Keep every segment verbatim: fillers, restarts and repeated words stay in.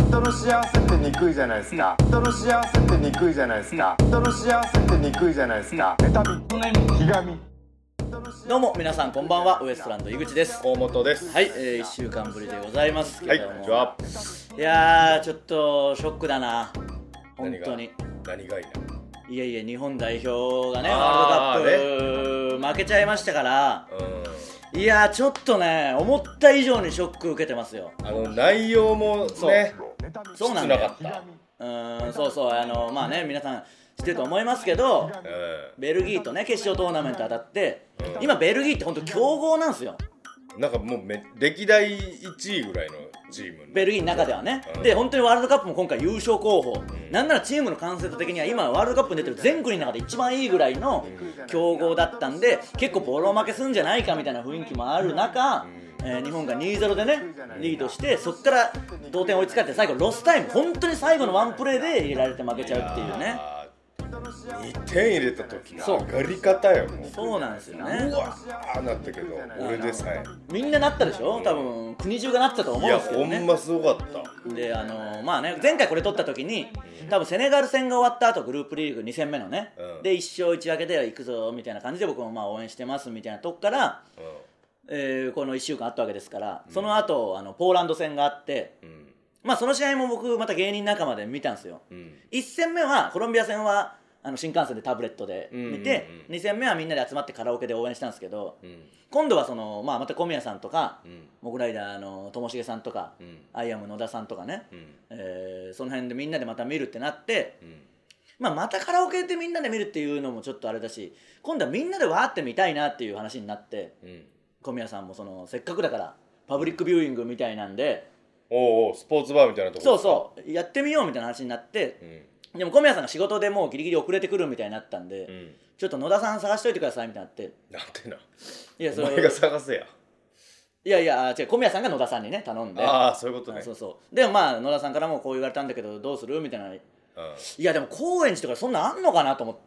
人の幸せってにくいじゃないですか。人の幸せってにくいじゃないですか。人の幸せってにくいじゃないですか。妬み、ひがみ。 どうも皆さんこんばんは、ウエストランド井口です。 大本です。 はい、えー、いっしゅうかんぶりでございますけども、 はい、こんにちは。 いやーちょっとショックだな、本当に。 何がいいな。 いやいや、日本代表がねワールドカップ、ね、負けちゃいましたから、うん、いやーちょっとね思った以上にショック受けてますよ。 あの内容もね、 そうなんだよ。 きつなかった。 うーん、そうそう、あのまあね、皆さん知ってると思いますけど、うん、ベルギーとね決勝トーナメント当たって、うん、今ベルギーって本当強豪なんですよ。 なんかもうめ歴代いちいぐらいのチーム、 ベルギーの中ではね、うん、で本当にワールドカップも今回優勝候補、うん、なんならチームの完成度的には今ワールドカップに出てる全国の中で一番いいぐらいの強豪だったんで、結構ボロ負けするんじゃないかみたいな雰囲気もある中、うん、えー、日本が にたいゼロ でねリードして、そこから同点追いつかれて最後ロスタイム、本当に最後のワンプレーで入れられて負けちゃうっていうね。 にてん入れた時の上がり方よ。もうそうなんですよね。 うわーなったけど、俺でさえみんななったでしょ、多分国中がなってたと思うんですけどね。 いやほんますごかった。 であのー、まあね、前回これ取った時に多分セネガル戦が終わった後グループリーグに戦目のね、うん、でいっ勝いち分けで行くぞみたいな感じで僕もまあ応援してますみたいなとこから、うん、えー、このいっしゅうかんあったわけですから、うん、その後あのポーランド戦があって、うん、まあその試合も僕また芸人仲間で見たんですよ、うん、いち戦目はコロンビア戦はあの新幹線でタブレットで見て、うんうんうん、に戦目はみんなで集まってカラオケで応援したんですけど、うん、今度はその、まあ、また小宮さんとか、うん、モグライダーのともしげさんとか、うん、アイアム野田さんとかね、うん、えー、その辺でみんなでまた見るってなって、うん、まあ、またカラオケでみんなで見るっていうのもちょっとあれだし、今度はみんなでわーって見たいなっていう話になって、うん、小宮さんもそのせっかくだからパブリックビューイングみたいなんで、 おうおうスポーツバーみたいなとこそうそうやってみようみたいな話になって、うん、でも小宮さんが仕事でもうギリギリ遅れてくるみたいになったんで、うん、ちょっと野田さん探しといてくださいみたいになって。 なんてな、 いやそれお前が探せや。 いやいや違う、小宮さんが野田さんにね頼んで、 ああそういうことね。 そうそうでもまあ野田さんからもこう言われたんだけどどうするみたいな、うん、いやでも高円寺とかそんなあんのかなと思って。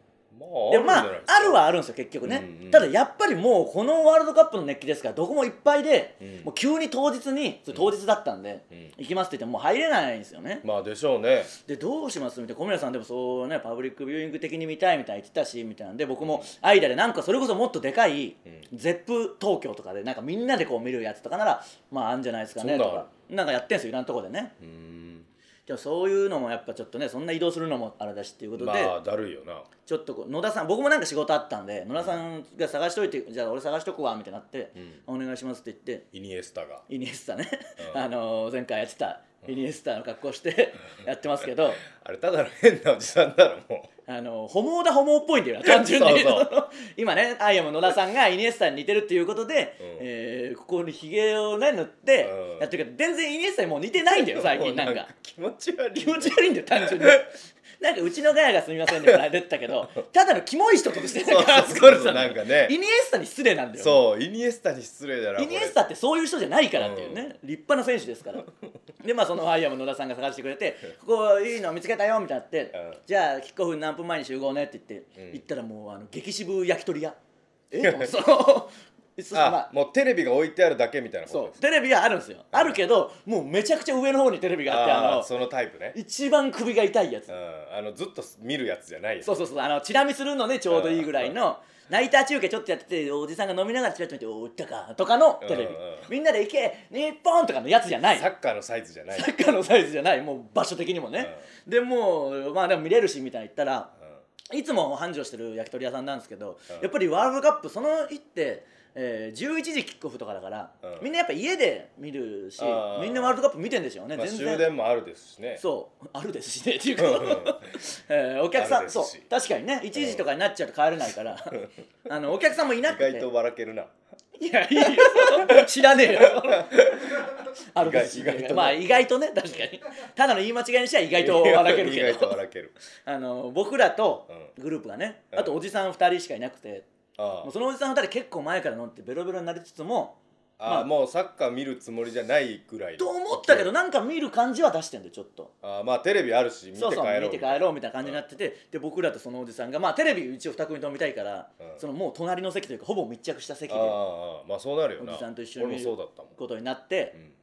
まあ、でまああるはあるんですよ結局ね、うんうん、ただやっぱりもうこのワールドカップの熱気ですからどこもいっぱいで、うん、もう急に当日に当日だったんで、うん、行きますって言ってももう入れないんですよね。 まあでしょうね。 でどうしますみたいな、小宮さんでもそうねパブリックビューイング的に見たいみたいに言ってたしみたいなんで、僕も間でなんかそれこそもっとでかい、うん、ゼップ東京とかでなんかみんなでこう見るやつとかならまああるんじゃないですかねとかなんかやってんすよいろんなとこでね。うーん、じゃあそういうのもやっぱちょっとね、そんな移動するのもあれだしっていうことで、 まあだるいよな。ちょっとこう野田さん、僕もなんか仕事あったんで野田さんが探しといて、じゃあ俺探しとくわみたいになって、うん、お願いしますって言って、 イニエスタがイニエスタね、うん、あの前回やってたイニエスタの格好してやってますけどあれただの変なおじさんだろもう。 あのホモーダホモーっぽいんだよな単純に。 そうそう今ねアイアム野田さんがイニエスタに似てるっていうことで、うん、えー、ここにヒゲをね塗ってやってるけど、全然イニエスタにもう似てないんだよ最近。なんか気持ち悪い気持ち悪いんだよ単純に。なんかうちのガヤがすみませんねって出てたけど、ただのキモい人としてなんかそうそうなんかね、 イニエスタに失礼なんだよ。 そうイニエスタに失礼だな。 イニエスタってそういう人じゃないからっていうね、うん、立派な選手ですから。でまあそのアイアム野田さんが探してくれて、ここいいの見つけたよみたいになって、うん、じゃあキックオフ何分前に集合ねって言って、うん、行ったらもうあの激渋焼き鳥屋、えそのあ、まあ、もうテレビが置いてあるだけみたいなことです。 そうテレビはあるんですよ、あるけどもうめちゃくちゃ上の方にテレビがあって、ああのそのタイプね、 一番首が痛いやつ、 うん、あのずっと見るやつじゃないやつ。 そうそうそう、あのチラ見するのねちょうどいいぐらいの、ナイター中継ちょっとやってておじさんが飲みながらチラッと見ておったかとかのテレビ、うんうん、みんなで行け日本とかのやつじゃない、 サッカーのサイズじゃない、 サッカーのサイズじゃない、もう場所的にもね、うん、でもうまあでも見れるしみたいな言ったら、うん、いつも繁盛してる焼き鳥屋さんなんですけど、うん、やっぱりワールドカップその日ってえー、じゅういちじキックオフとかだから、うん、みんなやっぱ家で見るし、みんなワールドカップ見てんでしょうね、 まあ、 全然終電もあるですしね。 そうあるですしねっていうか、えー、お客さんそう確かにねいちじとかになっちゃうと帰れないからあのお客さんもいなくて意外と笑けるな。 いやいいよ知らねえよあるですし、ね、意外とまあ意外とね確かにただの言い間違いにしては意外と笑けるけど意外と笑けるあの僕らとグループがね、うん、あとおじさんふたりしかいなくて、ああもうそのおじさんふたり結構前から飲んでベロベロになりつつも、 あ、まあ、もうサッカー見るつもりじゃないくらいと思ったけどなんか見る感じは出してんだよちょっと。 あ、まあテレビあるし見て帰ろう、 そうそう見て帰ろうみたいな感じになってて、うん、で僕らとそのおじさんがまあテレビ一応に組と見たいから、うん、そのもう隣の席というかほぼ密着した席で、 ああまあそうなるよな、 おじさんと一緒に見ることになって、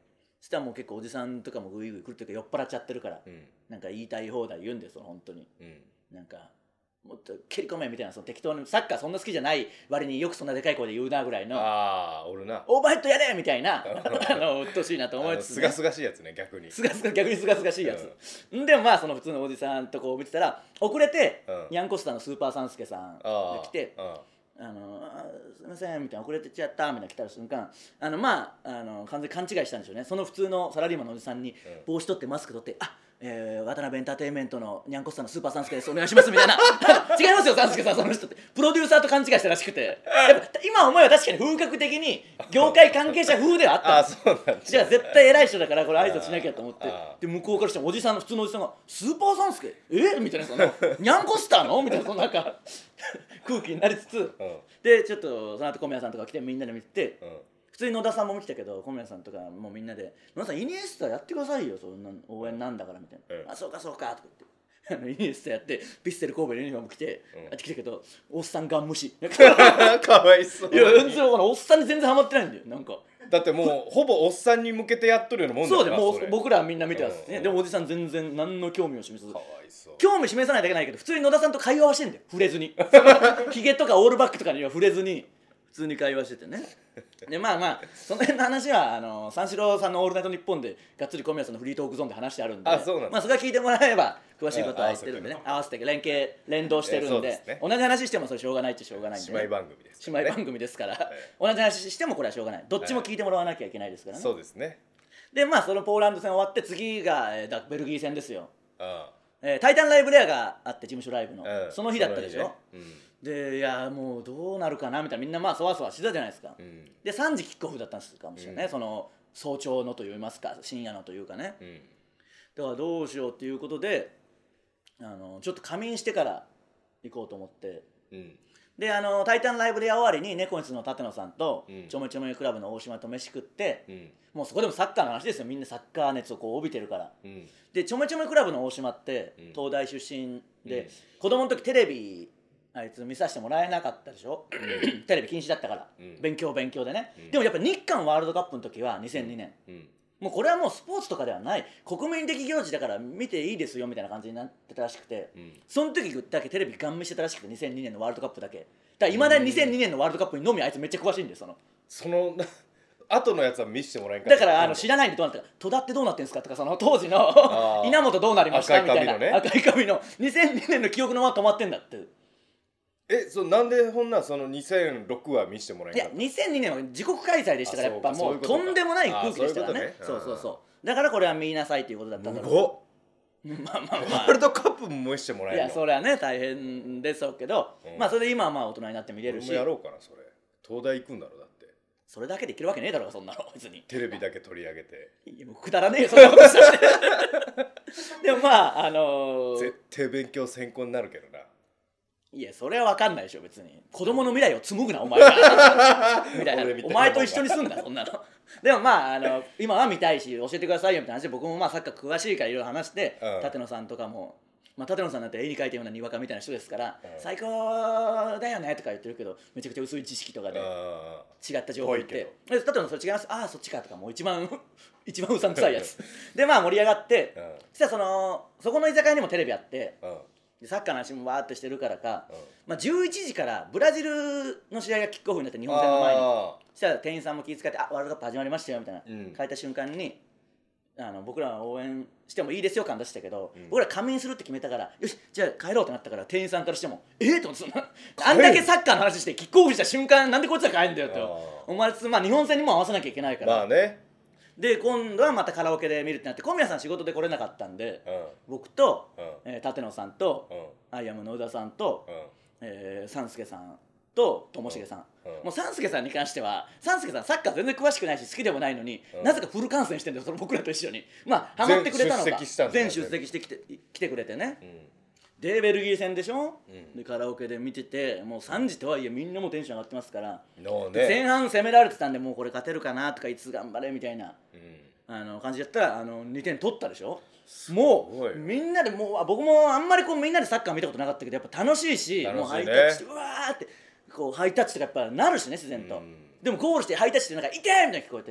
そしたらもう結構おじさんとかもグイグイ来るっていうか酔っ払っちゃってるから、 うん、 なんか言いたい放題言うんですよ本当に、 うん、 なんかもっと蹴り込めみたいな、その適当にサッカーそんな好きじゃない割によくそんなでかい声で言うなぐらいの、 ああ俺なオーバーヘッドやれみたいなあのうっとうしいなと思いつつ、ね、 すがすがしいやつね逆にすがすが逆にすがすがしいやつ、うん、でもまあその普通のおじさんとこう見てたら遅れて、うん、ニャンコスターのスーパーサンスケさんが来てああのあすいませんみたいな遅れてちゃったみたいな来た瞬間あのまああの完全に勘違いしたんでしょうね。その普通のサラリーマンのおじさんに帽子取ってマスク取って、あえー、渡辺エンターテインメントのニャンコスターのスーパーサンスケですお願いしますみたいな違いますよサンスケさんその人ってプロデューサーと勘違いしたらしくて、やっぱ今思えば確かに風格的に業界関係者風ではあったんです。 あそうなんじゃあ絶対偉い人だからこれ挨拶しなきゃと思って、で向こうからしてもおじさんの普通のおじさんがスーパーサンスケえみたいなそのニャンコスターのみたいなそのなんか空気になりつつ、うん、でちょっとその後小宮さんとか来てみんなで見てて、うん、普通に野田さんも来たけど小宮さんとかもうみんなで野田さんイニエスタやってくださいよそんな応援なんだからみたいな、うん、あそうかそうかとか言ってあのイニエスタやってピッセル神戸のユニフォーム着て、うん、あっち来たけどおっさんガン無視かわいそう。 いや全然おっさんに全然ハマってないんだよなんかだってもうほぼおっさんに向けてやっとるようなもんだから。 そうでもう僕らはみんな見てますね、うんうん、でもおじさん全然何の興味を示さず、 かわいそう。 興味示さないだけないけど普通に野田さんと会話はしてんだよ触れずにヒゲとかオールバックとかには触れずに普通に会話しててねでまあまあその辺の話はあの三四郎さんの「オールナイトニッポン」でがっつり小宮さんのフリートークゾーンで話してあるんで、 あそうなんです、 まあ、それは聞いてもらえば詳しいことは言ってるんでね、合わせて連携連動してるん で,、えーでね、同じ話してもそれしょうがないってしょうがないんで、ね、 姉妹番組ですから、 ね、姉妹番組ですから、はい、同じ話してもこれはしょうがない、どっちも聞いてもらわなきゃいけないですからね、 はい、そうですね。 でまあそのポーランド戦終わって次が、えー、ベルギー戦ですよ。 ああ、 えー、タイタンライブレアがあって事務所ライブの、 うん、 その日だったでしょ、 ね、うん、 でいやもうどうなるかなみたいなみんなまあそわそわしてたじゃないですか、うん、でさんじキックオフだったんですかもしれない、ね、うん、その早朝のといいますか深夜のというかね、うん、だからどうしようっていうことであのちょっと仮眠してから行こうと思って、うん、であのタイタンライブレア終わりにネコニスの舘野さんと、うん、ちょめちょめクラブの大島と飯食って、うん、もうそこでもサッカーの話ですよ、みんなサッカー熱をこう帯びてるから、うん、でちょめちょめクラブの大島って、うん、東大出身で、うん、子供の時テレビあいつ見させてもらえなかったでしょ、うん、テレビ禁止だったから、うん、勉強勉強でね、うん、でもやっぱ日韓ワールドカップの時はにせんにねん、うんうん、もうこれはもうスポーツとかではない国民的行事だから見ていいですよみたいな感じになってたらしくて、うん、その時だけテレビガン見してたらしくてにせんにねんのワールドカップだけだからいまだににせんにねんのワールドカップにのみあいつめっちゃ詳しいんでそのその後のやつは見せてもらえんかだからあの知らないんでどうなったか戸田ってどうなってんすかとかその当時の稲本どうなりましたみたいな赤い紙のね赤い紙のにせんにねんの記憶のまま止まってんだって。 えそなんでほんなそのにせんろくは見せてもらえんかった。 いやにせんにねんは自国開催でしたからやっぱもうとんでもない空気でしたからね。そうそうそうだからこれは見なさいということだったんだろう。まあまあまあワールドカップも見せてもらえるの。 いやそれはね大変でしょうけど、うん、まあそれで今はまあ大人になって見れるし。 俺もやろうかなそれ。東大行くんだろだって。 それだけできるわけねえだろうそんなの別に。 テレビだけ取り上げて。 いやもうくだらねえよそんなことしたってでもまああのー、 絶対勉強専攻になるけどな。 いやそれは分かんないでしょ別に子供の未来を紡ぐなお前がみたいなお前と一緒に住んだそんなのでもまああの今は見たいし教えてくださいよみたいな話で僕もまあサッカー詳しいからいろいろ話して、うん、舘野さんとかもまあ舘野さんなんて絵に描いたようなにわかみたいな人ですから、うん、最高だよねとか言ってるけどめちゃくちゃ薄い知識とかで違った情報言って舘野それ違いますああそっちかとかもう一番一番うさんくさいやつでまあ盛り上がって、うん、そしたらそのそこの居酒屋にもテレビあって、うんサッカーの話もわーってしてるからか、うんまあ、じゅういちじからブラジルの試合がキックオフになって日本戦の前にそしたら店員さんも気遣って「あワールドカップ始まりましたよ」みたいな、うん、書いた瞬間にあの僕らは応援してもいいですよ感出したけど、うん、僕ら仮眠するって決めたからよしじゃあ帰ろうってなったから店員さんからしても「えー、と思ってそんなあんだけサッカーの話してキックオフした瞬間なんでこいつら帰るんだよってお前、まあ、日本戦にも合わせなきゃいけないから。 まあねで今度はまたカラオケで見るってなって小宮さん仕事で来れなかったんで、うん、僕と、うんえー、舘野さんと、うん、アイアムの宇田さんと、うんえー、三助さんとともしげさん、うん、もう三助さんに関しては三助さんサッカー全然詳しくないし好きでもないのに、うん、なぜかフル観戦してんだよその僕らと一緒にまあハマってくれたのか全出席してきて来てくれてね、うんでベルギー戦でしょ、うん、でカラオケで見ててもうさんじとはいえみんなもテンション上がってますから、ね、前半攻められてたんでもうこれ勝てるかなとかいつ頑張れみたいな、うん、あの感じだったらあのにてん取ったでしょもうみんなでもう僕もあんまりこうみんなでサッカー見たことなかったけどやっぱ楽しいし、 楽しいね、 もうハイタッチしてうわーってこうハイタッチとかやっぱなるしね自然と、うん、でもゴールしてハイタッチってなんか痛いみたいな聞こえて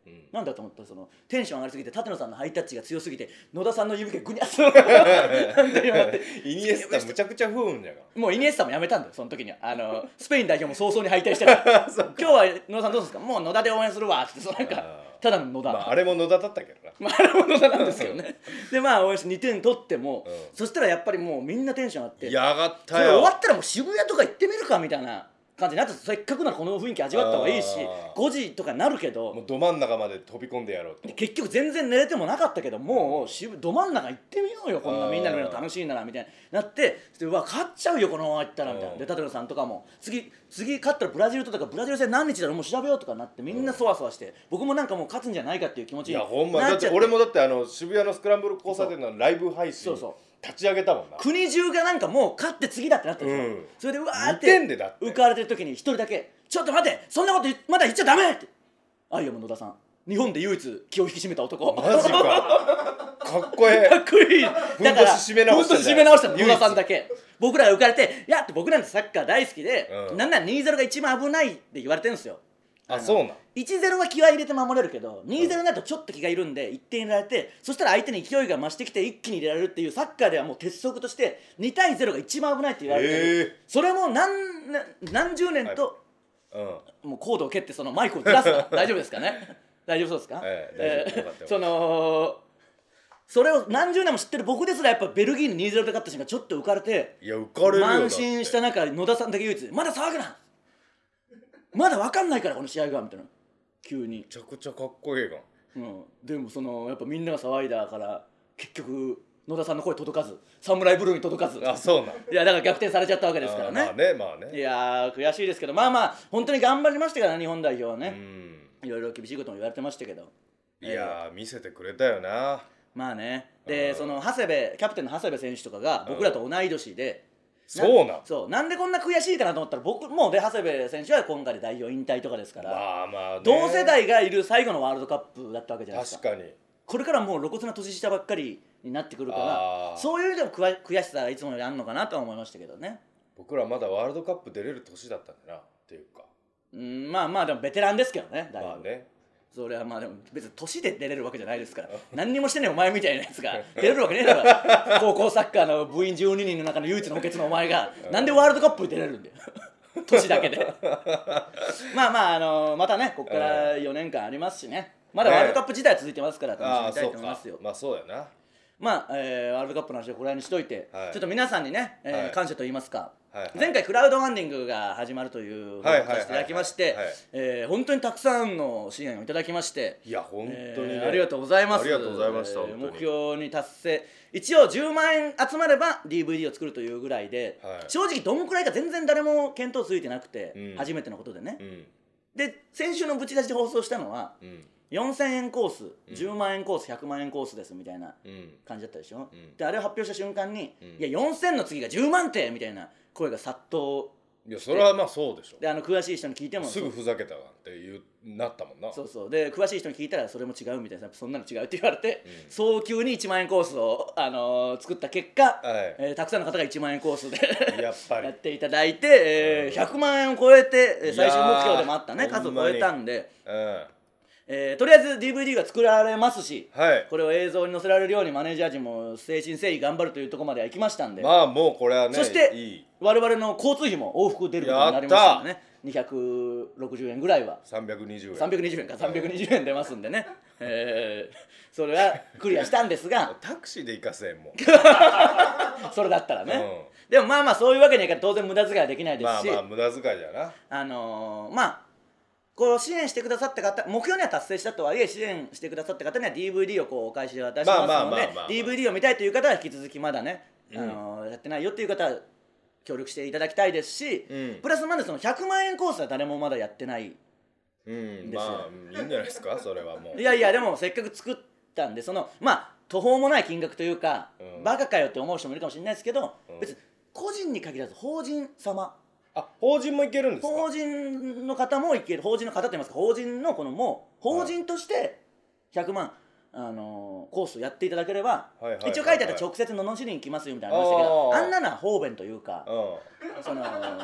うん、なんだと思ったらそのテンション上がりすぎて舘野さんのハイタッチが強すぎて野田さんの指がグニャッとなんて言われてイニエスタむちゃくちゃ不運じゃがもうイニエスタもやめたんだよその時にはあのスペイン代表も早々に敗退したから今日は野田さんどうですかもう野田で応援するわってそのなんかただの野田、 まあ、あれも野田だったけどな、 まあ、あれも野田なんですけどねでまあ応援してにてん取っても、うん、そしたらやっぱりもうみんなテンション上がっていや上がったよそれ終わったらもう渋谷とか行ってみるかみたいな感じになってせっかくならこの雰囲気味わった方がいいしごじとかなるけどもうど真ん中まで飛び込んでやろうと結局全然寝れてもなかったけどもう渋ど真ん中行ってみようよこんなみんなの見るの楽しいならみたいになってうわ勝っちゃうよこのまま行ったらみたいなで舘野さんとかも次次勝ったらブラジルとかブラジル戦何日だろうもう調べようとかなってみんなそわそわして僕もなんかもう勝つんじゃないかっていう気持ちになっちゃっていやほんまだって俺もだってあの渋谷のスクランブル交差点のライブ配信そうそう立ち上げたもんな国中がなんかもう勝って次だってなったんですよ、うん、それでうわーって浮かれてる時に一人だけちょっと待ってそんなことまだ言っちゃダメってあいよも野田さん日本で唯一気を引き締めた男マジかかっこええかっこいいだからふんどし締め直したんだよ締め直したの野田さんだけ僕らが浮かれていやって僕なんてサッカー大好きで、うん、なんなら にたいゼロ が一番危ないって言われてるんですよあそうなんいちたいゼロ は気合い入れて守れるけど にたいゼロ になるとちょっと気がいるんでいってん入れられてそしたら相手に勢いが増してきて一気に入れられるっていうサッカーではもう鉄則としてにたいゼロが一番危ないって言われてる、えー、それも 何, 何十年と、はいうん、もうコードを蹴ってそのマイクをずらすな大丈夫ですかね大丈夫そうですか、えーえー、そのそれを何十年も知ってる僕ですらやっぱベルギーに にたいゼロ で勝った瞬間ちょっと浮かれていや浮かれるよ慢心した中野田さんだけ唯一まだ騒ぐなまだ分かんないからこの試合がみたいな急にめちゃくちゃかっこいいが、 うん、でもそのやっぱみんなが騒いだから結局野田さんの声届かずサムライブルーに届かずあそうなんいやだから逆転されちゃったわけですからねまあねまあねいやー悔しいですけどまあまあ本当に頑張りましたから日本代表はねいろいろ厳しいことも言われてましたけどいやー、えー、見せてくれたよなまあねでその長谷部キャプテンの長谷部選手とかが僕らと同い年でそうなんそうなんでこんな悔しいかなと思ったら僕もうで長谷部選手は今回で代表引退とかですから、 まあまあね、 同世代がいる最後のワールドカップだったわけじゃないですか確かにこれからもう露骨な年下ばっかりになってくるからそういう意味でも悔しさがいつもよりあるのかなとは思いましたけどね僕らまだワールドカップ出れる年だったんだなっていうかうんまあまあでもベテランですけどねだいぶまあねそれはまあでも別に年で出れるわけじゃないですから何にもしてねえお前みたいなやつが出れるわけねえだから高校サッカーの部員じゅうににんの中の唯一の補欠のお前がなんでワールドカップに出れるんだよ年だけでまあまああのまたねここからよねんかんありますしねまだワールドカップ自体は続いてますから楽しみたいと思いますよ、 まあそうやなまあ、えー、ワールドカップの話はこれにしといて、はい、ちょっと皆さんにね、えーはい、感謝と言いますか、はいはい、前回クラウドファンディングが始まるという報告させていただきまして本当にたくさんの支援をいただきましていや本当に、ねえー、ありがとうございますありがとうございました、えー、 目標に達成一応じゅうまんえん集まれば ディーブイディー を作るというぐらいで、はい、正直どんくらいか全然誰も見当ついてなくて、うん、初めてのことでね、うん、で先週のぶち出しで放送したのは、うんよんせんえんコース、うん、じゅうまんえんコースひゃくまんえんコースですみたいな感じだったでしょ、うん、であれを発表した瞬間に、うん、いやよんせんの次がじゅうまんてみたいな声が殺到いやそれはまあそうでしょであの詳しい人に聞いてもすぐふざけたわっていうなったもんなそうそうで詳しい人に聞いたらそれも違うみたいなそんなの違うって言われて、うん、早急にいちまんえんコースを、あのー、作った結果、はいえー、たくさんの方がいちまんえんコースでやっぱりやっていただいて、えー、ひゃくまんえんを超えて最終目標でもあったね数を超えたんでうんえー、とりあえず ディーブイディー が作られますし、はい、これを映像に載せられるようにマネージャー陣も誠心誠意頑張るというところまでは行きましたんでまあもうこれはねそしていい我々の交通費も往復出ることになりましたんでねにひゃくろくじゅうえんぐらいはさんびゃくにじゅうえんさんびゃくにじゅうえんかさんびゃくにじゅうえん出ますんでね、えー、それはクリアしたんですがタクシーで行かせんもんそれだったらね、うん、でもまあまあそういうわけにはいかない当然無駄遣いはできないですしまあまあ無駄遣いだなあのー、まあこう支援してくださった方目標には達成したとはいえ支援してくださった方には ディーブイディー をこうお返しで渡しますので ディーブイディー を見たいという方は引き続きまだね、うんあのー、やってないよっていう方は協力していただきたいですし、うん、プラスまでそのひゃくまんえんコースは誰もまだやってないんですよ、 うん、まあいいんじゃないですかそれはもういやいやでもせっかく作ったんでそのまあ途方もない金額というか、うん、バカかよって思う人もいるかもしれないですけど、うん、別に個人に限らず法人様あ法人もいけるんですか法人の方もいける法人の方といいますか法人のこのもう法人としてひゃくまん、あのー、コースをやっていただければ、はいはいはいはい、一応書いてあったら直接罵りに行きますよみたいなのありましたけど あ, あんなのは方便というかその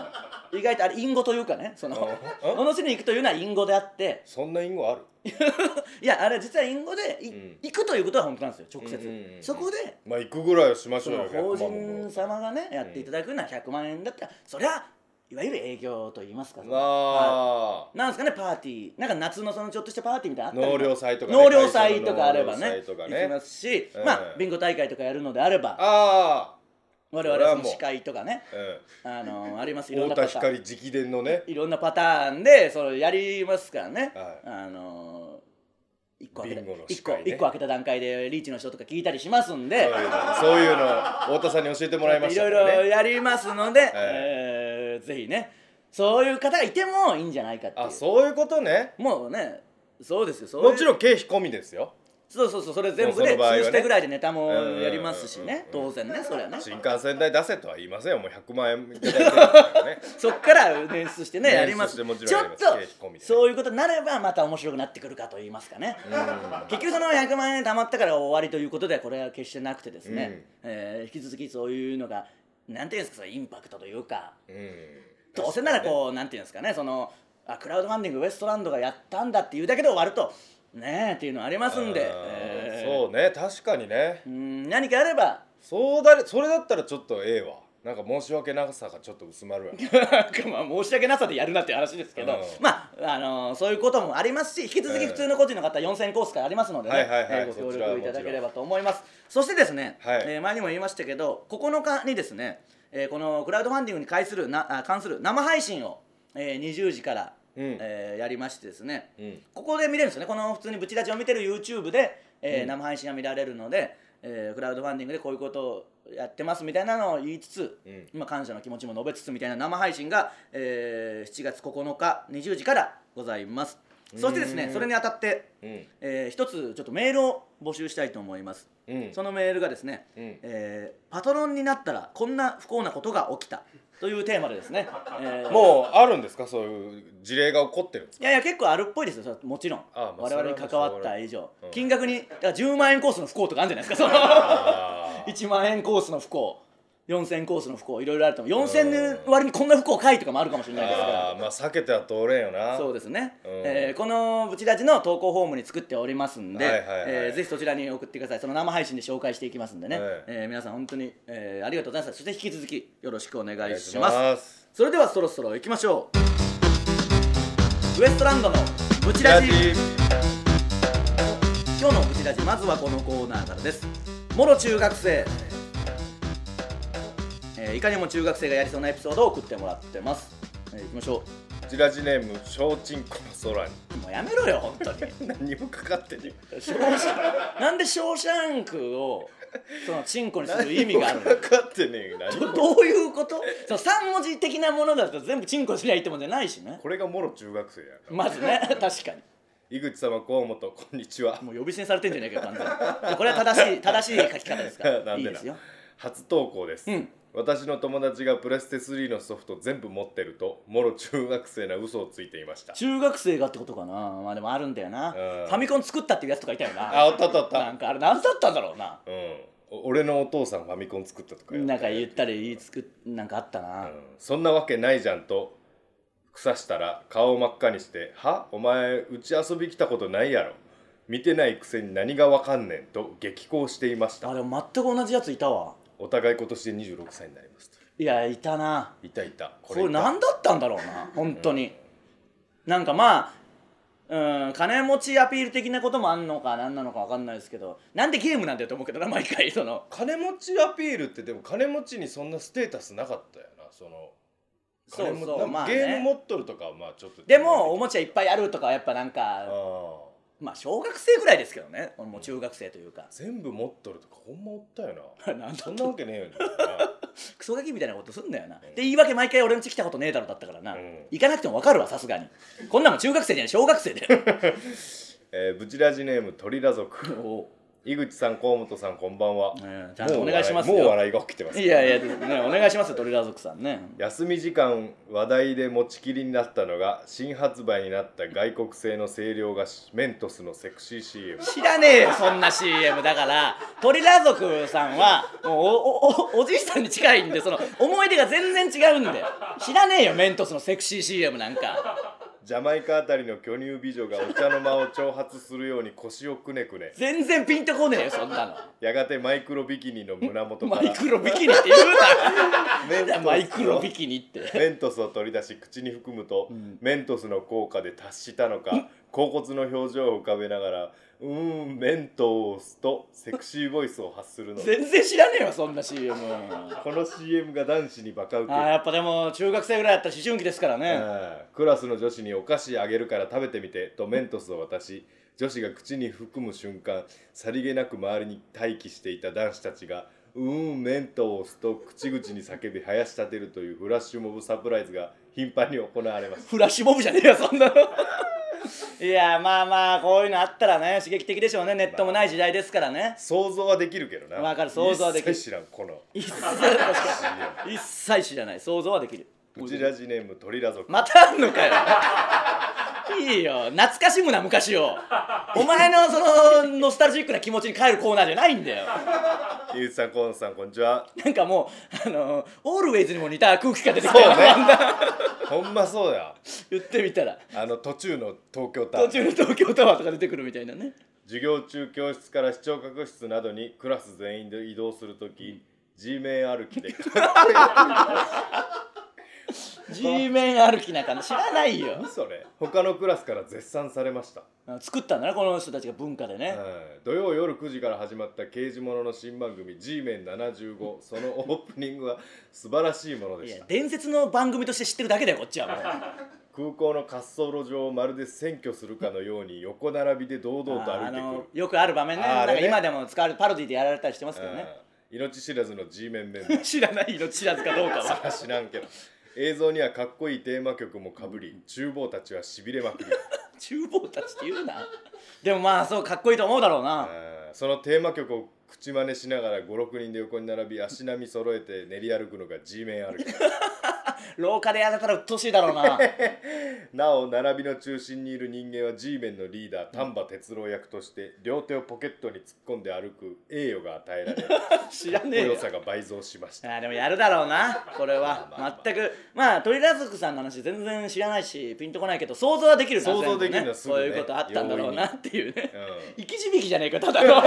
意外とあれ隠語というかね、その罵りに行くというのは隠語であって、 そんな隠語ある？ いやあれ実は隠語でい、うん、行くということは本当なんですよ、直接、うんうんうん、そこでまあ行くぐらいはしましょうよ。 法人様がねやっていただくのはひゃくまんえんだったら、そりゃいわゆる営業と言いますか、 あなんですかね、パーティー、なんか夏のそのちょっとしたパーティーみたいなのあったり、 納涼祭とか、 ね、納涼祭とかあればね、 ね行きますし、 うん、 まあビンゴ大会とかやるのであれば、 あ我々の司会とかね、うん、あのあります、いろんなパターン、 太田光直伝のね、 いろんなパターンでそれやりますからね、 はい、 あのいっこ開けた、 ビンゴのいっこ、 司会ね、 いっこ開けた段階でリーチの人とか聞いたりしますんで、 そういうの、そういうの太田さんに教えてもらいましたからね、 いろいろやりますので、 はい、 えー、ぜひねそういう方がいてもいいんじゃないかっていう。 あ、そういうことね。 もうね、そうですよ、そういうもちろん経費込みですよ。 そうそうそう、それ全部で数ステぐらいでネタもやりますしね、当然ね、それはね、 新幹線代出せとは言いませんよ、もうひゃくまんえんいただいてるからねそっから捻出してねやります。ちょっとそういうことになればまた面白くなってくるかと言いますかね。結局そのひゃくまんえん貯まったから終わりということではこれは決してなくてですね、うん、えー、引き続きそういうのがなんていうんですか、インパクトというか、うん、どうせならこうなんていうんですかね、そのあクラウドファンディングウエストランドがやったんだっていうだけで終わるとねえっていうのありますんで、 えー、そうね、確かにね、 うん、何かあればそうだ、それだったらちょっとええわ、なんか申し訳なさがちょっと薄まるわまあ申し訳なさでやるなっていう話ですけど、うん、まあ、あのー、そういうこともありますし、引き続き普通の個人の方よんせんコースからありますのでね、ご協力いただければと思います。そしてですね、はい、えー、前にも言いましたけどここのかにですね、えー、このクラウドファンディングに関するな関する生配信を、えー、にじゅうじからうん、えー、やりましてですね、うん、ここで見れるんですよね。この普通にブチラジを見てる YouTube で、えーうん、生配信が見られるので、えー、クラウドファンディングでこういうことをやってますみたいなのを言いつつ、うん、今感謝の気持ちも述べつつみたいな生配信が、えー、しちがつここのかにじゅうじからございます。そしてですね、それにあたって、うん、えー、一つちょっとメールを募集したいと思います、うん、そのメールがですね、うん、えー、パトロンになったらこんな不幸なことが起きたというテーマでですね、 えー、もうあるんですか、そういう事例が起こってるんですか。 いやいや結構あるっぽいですよ、もちろん。ああ、まあ、我々に関わった以上、うん、金額にだからじゅうまんえんコースの不幸とかあるんじゃないですか、そのいちまんえんコースの不幸、よんせんコースの不幸、いろいろあると思う。よんせんえん割にこんな不幸かいとかもあるかもしれないですから、 あ、まあ避けては通れんよな。 そうですね、うん、えー、このブチラジの投稿フォームに作っておりますんで、はいはいはい、えー、ぜひそちらに送ってください。その生配信で紹介していきますんでね、はい、えー、皆さん本当に、えー、ありがとうございます。そして引き続きよろしくお願いします。お願いします。それではそろそろ行きましょう。ウエストランドのブチラジ。今日のブチラジ、まずはこのコーナーからです。もろ中学生、えー、いかにも中学生がやりそうなエピソードを送ってもらってます。えー、いきましょう。 ブチラジネームショーチンコの空に。 もうやめろよ本当に何もかかってねえ。なんでショーシャンクをそのチンコにする意味があるの。 何もかかってねえ。 ど, どういうこと。そのさん文字的なものだと全部チンコにすりゃいいってもんじゃないしね。 これがもろ中学生やからまずね確かに。 井口様、河本、こんにちは。 もう呼び捨てにされてんじゃないかよ完全に。これは正しい正しい書き方ですからいいですよ。 初投稿です、うん、私の友達がプレステスリーのソフト全部持ってるともろ中学生な嘘をついていました。 中学生がってことかな。まあでもあるんだよな、うん、ファミコン作ったっていうやつとかいたよな。 あ、おったおったおった。 なんかあれ何だったんだろうな、 うん、俺のお父さんファミコン作ったとかなんか言ったり言いつくなんかあったな、うん、 そんなわけないじゃんと腐したら顔を真っ赤にして、はお前うち遊び来たことないやろ、見てないくせに何がわかんねんと激高していました。 あれ全く同じやついたわ。 お互い今年でにじゅうろくさいになりますと。 いやいたな。 いたいた。 これ何だったんだろうな本当に、うん、なんかまあうん金持ちアピール的なこともあんのか何なのか分かんないですけど、なんでゲームなんだよと思うけどな毎回。その金持ちアピールってでも金持ちにそんなステータスなかったよな。そのそうそうまあ、ね、 ゲーム持っとるとかはまあちょっとでもおもちゃいっぱいあるとかはやっぱなんかまあ小学生ぐらいですけどね、もう中学生というか、 うん、全部持っとるとかほんまおったよななんそんなわけねえよなクソガキみたいなことすんだよな、うん、で言い訳毎回俺ん家来たことねえだろだったからな、うん、行かなくても分かるわさすがに。こんなもん中学生じゃない小学生で、 えー、ブチラジネーム鳥ラ族。 井口さん、河本さん、こんばんは。 うん、ちゃんとお願いしますよ。 もう笑いが起きてます、 いやいや、ね、お願いしますよ、トリラー族さんね。 休み時間話題で持ちきりになったのが新発売になった外国製の清涼菓子メントスのセクシー シーエム。 知らねえよそんな シーエム。だからトリラー族さんはもう お, お, お, おじいさんに近いんで、その思い出が全然違うんで知らねえよメントスのセクシー シーエム なんか。 ジャマイカあたりの巨乳美女がお茶の間を挑発するように腰をくねくね、 全然ピンとこねえよそんなの。 やがてマイクロビキニの胸元からマイクロビキニって言うなマイクロビキニってメントスを取り出し口に含むと、うん、メントスの効果で達したのか恍惚の表情を浮かべながらうーんメントスとセクシーボイスを発するの。 全然知らねえよそんな シーエム。 この シーエム が男子にバカウケ。 あ、やっぱでも中学生ぐらいだったら思春期ですからね。 クラスの女子にお菓子あげるから食べてみてとメントスを渡し、女子が口に含む瞬間さりげなく周りに待機していた男子たちがうーんメントスと口々に叫び生やし立てるというフラッシュモブサプライズが頻繁に行われます。 フラッシュモブじゃねえよそんなのいや、まあまあこういうのあったらね刺激的でしょうね。ネットもない時代ですからね、まあ、 想像はできるけどな。 分かる、想像はできる。 一切知らんこの一切一切知らない。想像はできる。 うちラジネームトリラ族。 またあんのかよいいよ、懐かしむな昔を。お前のそのノスタルジックな気持ちに帰るコーナーじゃないんだよ。 井口さん、河野さん、こんにちは。 なんかもうあのオールウェイズにも似た空気が出てきたよ。 そうねほんまそうや。 言ってみたらあの途中の東京タワー途中の東京タワーとか出てくるみたいなね。 授業中教室から視聴覚室などにクラス全員で移動するとき G メン歩きで G メン歩きなんか知らないよ。 それ他のクラスから絶賛されました。 作ったんだなこの人たちが文化でね、 はい、土曜夜くじから始まった刑事ものの新番組 G メンななじゅうご、そのオープニングは素晴らしいものでした。 いや伝説の番組として知ってるだけだよこっちはもう空港の滑走路上をまるで占拠するかのように横並びで堂々と歩いてくる。 よくある場面ね。なんか今でも使われるパロディでやられたりしてますけどね。 命知らずの G メンメンバー知らない、命知らずかどうかは知らんけど映像にはかっこいいテーマ曲もかぶり、厨房たちはしびれまくり厨房たちって言うなでもまあそうかっこいいと思うだろうな。 そのテーマ曲を口真似しながらご、ろくにんで横に並び足並み揃えて練り歩くのが G メン歩き廊下でやられたらうっとうしいだろうななお並びの中心にいる人間は G メンのリーダー丹波哲郎役として両手をポケットに突っ込んで歩く栄誉が与えられ知らねえよ、 かっこよさが倍増しました。 あでもやるだろうなこれは、まあまあ、全くまあトリラズクさんの話全然知らないしピンとこないけど想像はできるな。 想像できるのはすぐね、 そういうことあったんだろうなっていうね、 うん、 生き字引きじゃねえかただの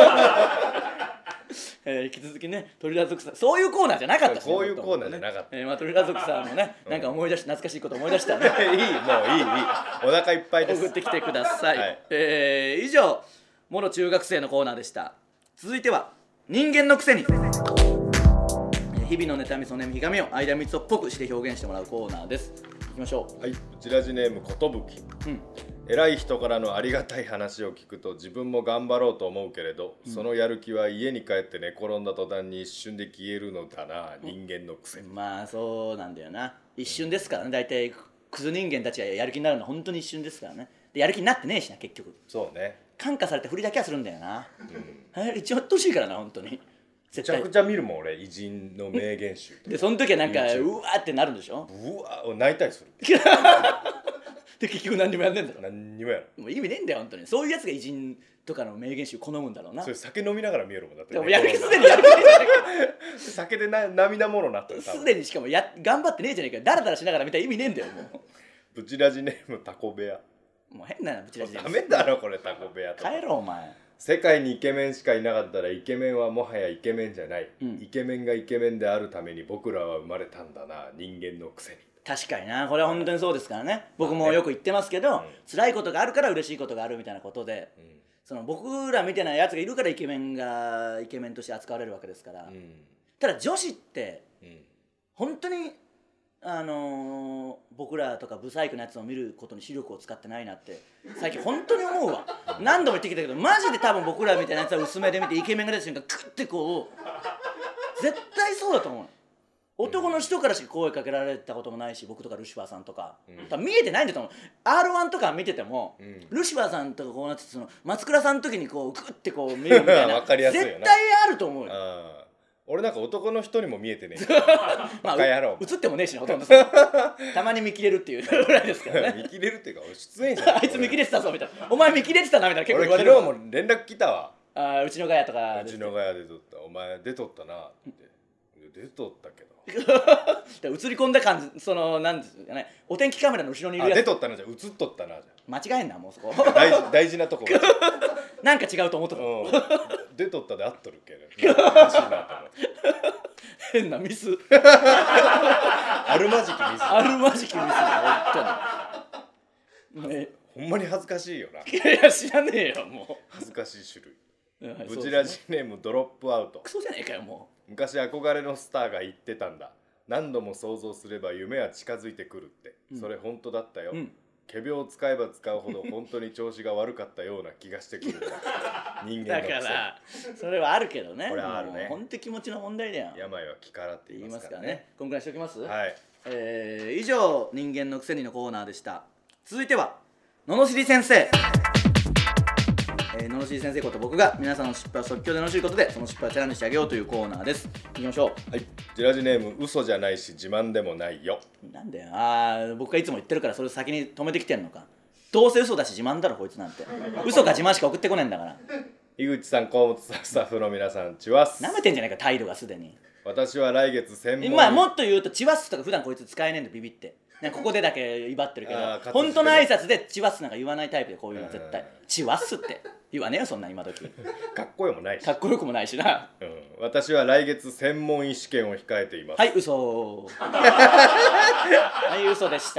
えー、引き続きねトリラ族さんそういうコーナーじゃなかったし、 ね、こういうコーナーじゃなかった、 えーまあ、トリラ族さんもね、うん、なんか思い出し懐かしいこと思い出したねいいもういいいいお腹いっぱいです。 送ってきてください、 はい、 えー、以上もろ中学生のコーナーでした。続いては人間のくせに日々の妬みそねみひがみを間みつをっぽくして表現してもらうコーナーです。いきましょう。 はい、うちらじネームことぶき、うん、偉い人からのありがたい話を聞くと自分も頑張ろうと思うけれど、うん、そのやる気は家に帰って寝転んだ途端に一瞬で消えるのだな、うん、人間のくせに。 まあそうなんだよな、一瞬ですからね。大体クズ人間たちがやる気になるのは本当に一瞬ですからね。でやる気になってねえしな結局。 そうね、 感化されて振りだけはするんだよな、うん、一応やってほしいからな本当に。 めちゃくちゃ見るもん俺偉人の名言集でその時はなんかうわーってなるんでしょ。 うわー泣いたりするで結局何にもやんねえんだろ。 何にもやる。 もう意味ねえんだよ本当に。そういうやつが偉人とかの名言集好むんだろうな。 それ酒飲みながら見えるもんだって、 ね、でもやる気すでにやる気ねえじゃねえか酒でな涙もろになったらすでにしかもや頑張ってねえじゃねえか。ダラダラしながら見たら意味ねえんだよもう。 ブチラジネームタコ部屋。 もう変なブチラジダメだろこれタコ部屋とか。 帰ろうお前。 世界にイケメンしかいなかったらイケメンはもはやイケメンじゃない、うん、イケメンがイケメンであるために僕らは生まれたんだな、人間のくせに。 確かにな、これは本当にそうですからね。僕もよく言ってますけど、まあね、うん、辛いことがあるから嬉しいことがあるみたいなことで、うん、その僕らみたいなやつがいるからイケメンがイケメンとして扱われるわけですから、うん、ただ女子って、うん、本当にあのー、僕らとかブサイクなやつを見ることに視力を使ってないなって最近本当に思うわ。何度も言ってきたけどマジで多分僕らみたいなやつは薄めで見てイケメンが出た瞬間クッてこう絶対そうだと思う。 男の人からしか声かけられたこともないし、僕とかルシファーさんとか、うん、多分見えてないんだと思う。 アールワン とか見てても、うん、ルシファーさんとかこうなってその松倉さんの時にこうグッてこう見るみたいな分かりやすいよな、 絶対あると思うよ。 あ俺なんか男の人にも見えてねえまあ映ってもねえしな、ほとんどたまに見切れるっていうぐらいですからね見切れるっていうか出演者あいつ見切れてたぞみたいな、お前見切れてたなみたいな結構言われる。 俺昨日も連絡来たわ。 あうちのガヤとかうちのガヤで撮った、お前出とったなって出とったけど映り込んだ感じ、そのなんですかね、お天気カメラの後ろにいるやつ。 あ出とったな、じゃ映っとったな、じゃ間違えんなもうそこ大事大事なとこなんか違うと思ったの、 うん、出とったで合っとるけどおかしいなと思って変なミスあるまじきミスあるまじきミスだ本当に、ね、 ほんまに恥ずかしいよな。 いや知らねえよもう恥ずかしい種類、 はい、 ブチラジネームドロップアウト。 クソじゃねえかよもう昔憧れのスターが言ってたんだ、何度も想像すれば夢は近づいてくるって、うん、それ本当だったよ、うん仮病を使えば使うほど本当に調子が悪かったような気がしてくるんだ人間の癖。だからそれはあるけどね、 これはあるね。 本当に気持ちの問題だよ。 病は気からって言いますからね。 言いますからね。こんぐらいしておきます。 はい、 えー、以上人間のくせにのコーナーでした。続いては罵り先生。えー、罵り先生こと僕が皆さんの失敗を即興で罵ることでその失敗をチャレンジしてあげようというコーナーです。いきましょう。 はい、ジラジネーム嘘じゃないし自慢でもないよ。 なんだよ、あー僕がいつも言ってるからそれを先に止めてきてんのか。どうせ嘘だし自慢だろこいつなんて。嘘か自慢しか送ってこねえんだから。 井口さん、河本さん、スタッフの皆さん、チワッス。 なめてんじゃないか態度がすでに。 私は来月専門まあもっと言うとチワッスとか普段こいつ使えねえんだビビって。ね、ここでだけ威張ってるけど本当の挨拶でチワッスなんか言わないタイプで、こういうのは絶対チワッスって言わねえよそんな今時かっこよもないしかっこよくもないしな、 うん、私は来月専門医試験を控えています。 はい嘘はい嘘でした、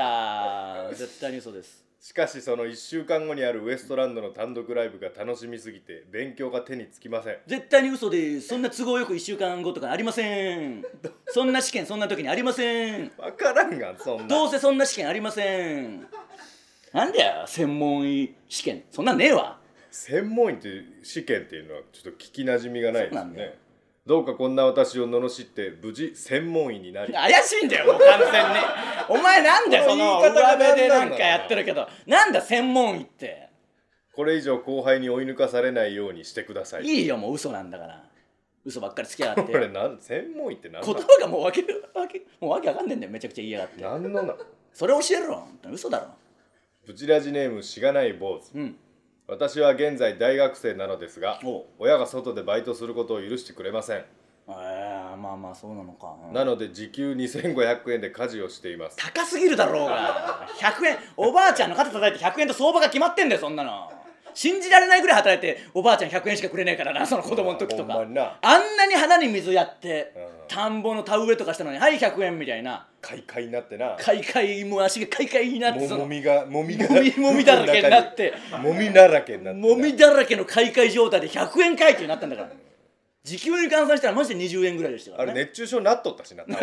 絶対に嘘です。 しかしそのいっしゅうかんごにあるウエストランドの単独ライブが楽しみすぎて勉強が手につきません。 絶対に嘘で、そんな都合よくいっしゅうかんごとかありませんそんな試験そんな時にありません。 分からんがそんな、 どうせそんな試験ありません。なんだよ専門医試験、そんなんねえわ。 専門医って試験っていうのはちょっと聞きなじみがないですね。どうかこんな私を罵って無事専門医になり。 怪しいんだよもう完全にお前なんだよその上辺でなんかやってるけど、なんだ専門医って。 これ以上後輩に追い抜かされないようにしてください。 いいよもう嘘なんだから、嘘ばっかりつきやがって。 これなん専門医って何だ。 言葉がもうわけわけもうわけわかんねえんだよ、めちゃくちゃ言いやがって。 何のなそれ教えろ、嘘だろ。 ブチラジネームしがない坊主、うん、私は現在大学生なのですが親が外でバイトすることを許してくれません。 えー、まあまあそうなのか、 うん、なので時給にせんごひゃくえんで家事をしています。 高すぎるだろうがひゃくえん、おばあちゃんの肩叩いてひゃくえんと相場が決まってんだよそんなの。信じられないぐらい働いておばあちゃんひゃくえんしかくれねえからな、その子供の時とか。 あ, んあんなに花に水やって、うん、田んぼの田植えとかしたのにはいひゃくえんみたいな、 カイカイになってな、 カイカイもう足がカイカイになって、 もみがもみがもみもみだらけになってもみだらけになってもみだらけのカイカイ状態でひゃくえん会計になったんだから。時給に換算したらマジでにじゅうえんぐらいでしたからね。 あれ熱中症になっとったしなな,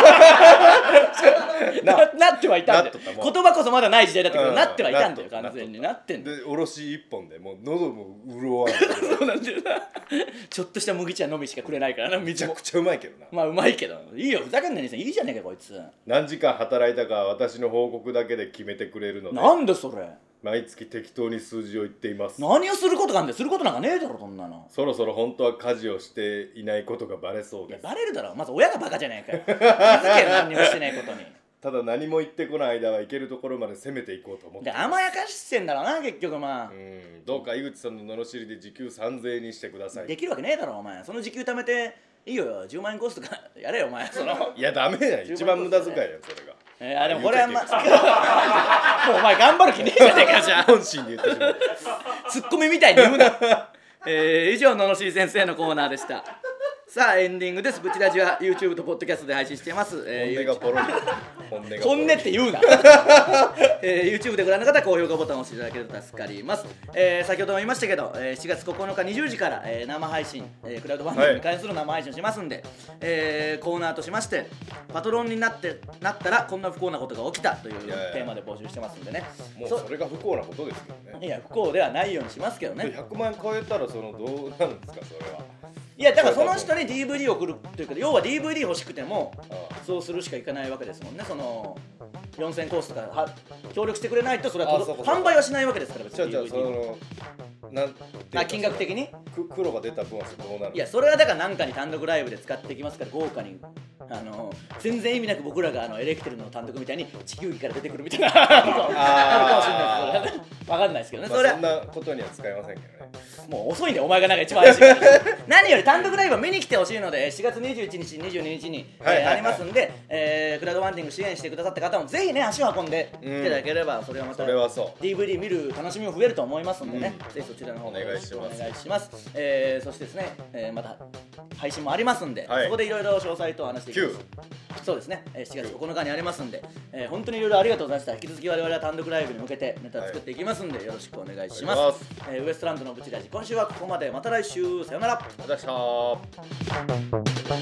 なってはいたんだよ。言葉こそまだない時代だったけど、うん、なってはいたんだよ、完全になってんだよ。 でおろし一本でもう喉も潤わないそうなんだよなちょっとした麦茶飲みしかくれないからな。 めちゃくちゃうまいけどな。 まあうまいけどいいよ、ふざけんなにさん、いいじゃねえかこいつ。 何時間働いたか私の報告だけで決めてくれるので、 なんでそれ毎月適当に数字を言っています。 何をすることかんで、することなんかねえだろそんなの。 そろそろ本当は家事をしていないことがバレそうです。 いやバレるだろ、まず親がバカじゃねえかよ気づけよ何にもしてないことに。 ただ何も言ってこない間は行けるところまで攻めていこうと思ってで甘やかしてんだろうな結局。まあうんどうか井口さんの罵りで時給さんぜんえんにしてください。 できるわけねえだろお前。その時給貯めていいよじゅうまんえんコースとかやれよお前。そのいやダメだよ、一番無駄遣いやんそれが。 えー、あでもこれはまあもうお前頑張る気ねえじゃねえかじゃあ本心で言ってしまうツッコミみたいに言うなえー、以上罵り先生のコーナーでした。さあエンディングです。ブチラジは YouTube とポッドキャストで配信しています。 えー、本音がポロリ本音がポロリ本音って言うな、えー、YouTube でご覧の方は高評価ボタンを押していただけると助かります。えー、先ほども言いましたけど、えー、しちがつここのかにじゅうじから、えー、生配信、えー、クラウドファンディングに関する生配信をしますんで、はいえー、コーナーとしましてパトロンになってなったらこんな不幸なことが起きたというテーマで募集してますんでね。 もうそれが不幸なことですけどね。 いや不幸ではないようにしますけどね。 ひゃくまんえん超えたらそのどうなんですかそれは。 いやだからその人に ディーブイディー を送るというか、要は ディーブイディー 欲しくてもそうするしかいかないわけですもんね。そのよんせんコースとかは協力してくれないとそれは販売はしないわけですから。別に ディーブイディー そのなんあ金額的にく黒が出た分はどうなるの？ いやそれはだから何かに単独ライブで使っていきますから、豪華にあの全然意味なく僕らがあのエレキテルの単独みたいに地球儀から出てくるみたいなあるかもしれないです。分かんないですけどね、 まあ、 それそんなことには使いませんけどね。 もう遅いんで、お前がなんか一番怪しいから何より単独ライブを見に来てほしいので、しがつにじゅういちにちにじゅうににちに、 はいはいはい、 えー、ありますんで、えー、クラウドファンディング支援してくださった方もぜひね足を運んでいただければ、うん、それはまた ディーブイディー 見る楽しみも増えると思いますんでね、うん、ぜひそちらの方もよろしくお願いします。えー、そしてですね、えー、また配信もありますんで、はい、そこでいろいろ詳細と話していきます。そうですね、しがつここのかにありますんで、えー、本当にいろいろありがとうございました。引き続き我々は単独ライブに向けてネタ作っていきますんで、はい、よろしくお願いします。えー、ウエストランドのブチラジ、今週はここまで。また来週、さよなら。 ありがとうございました。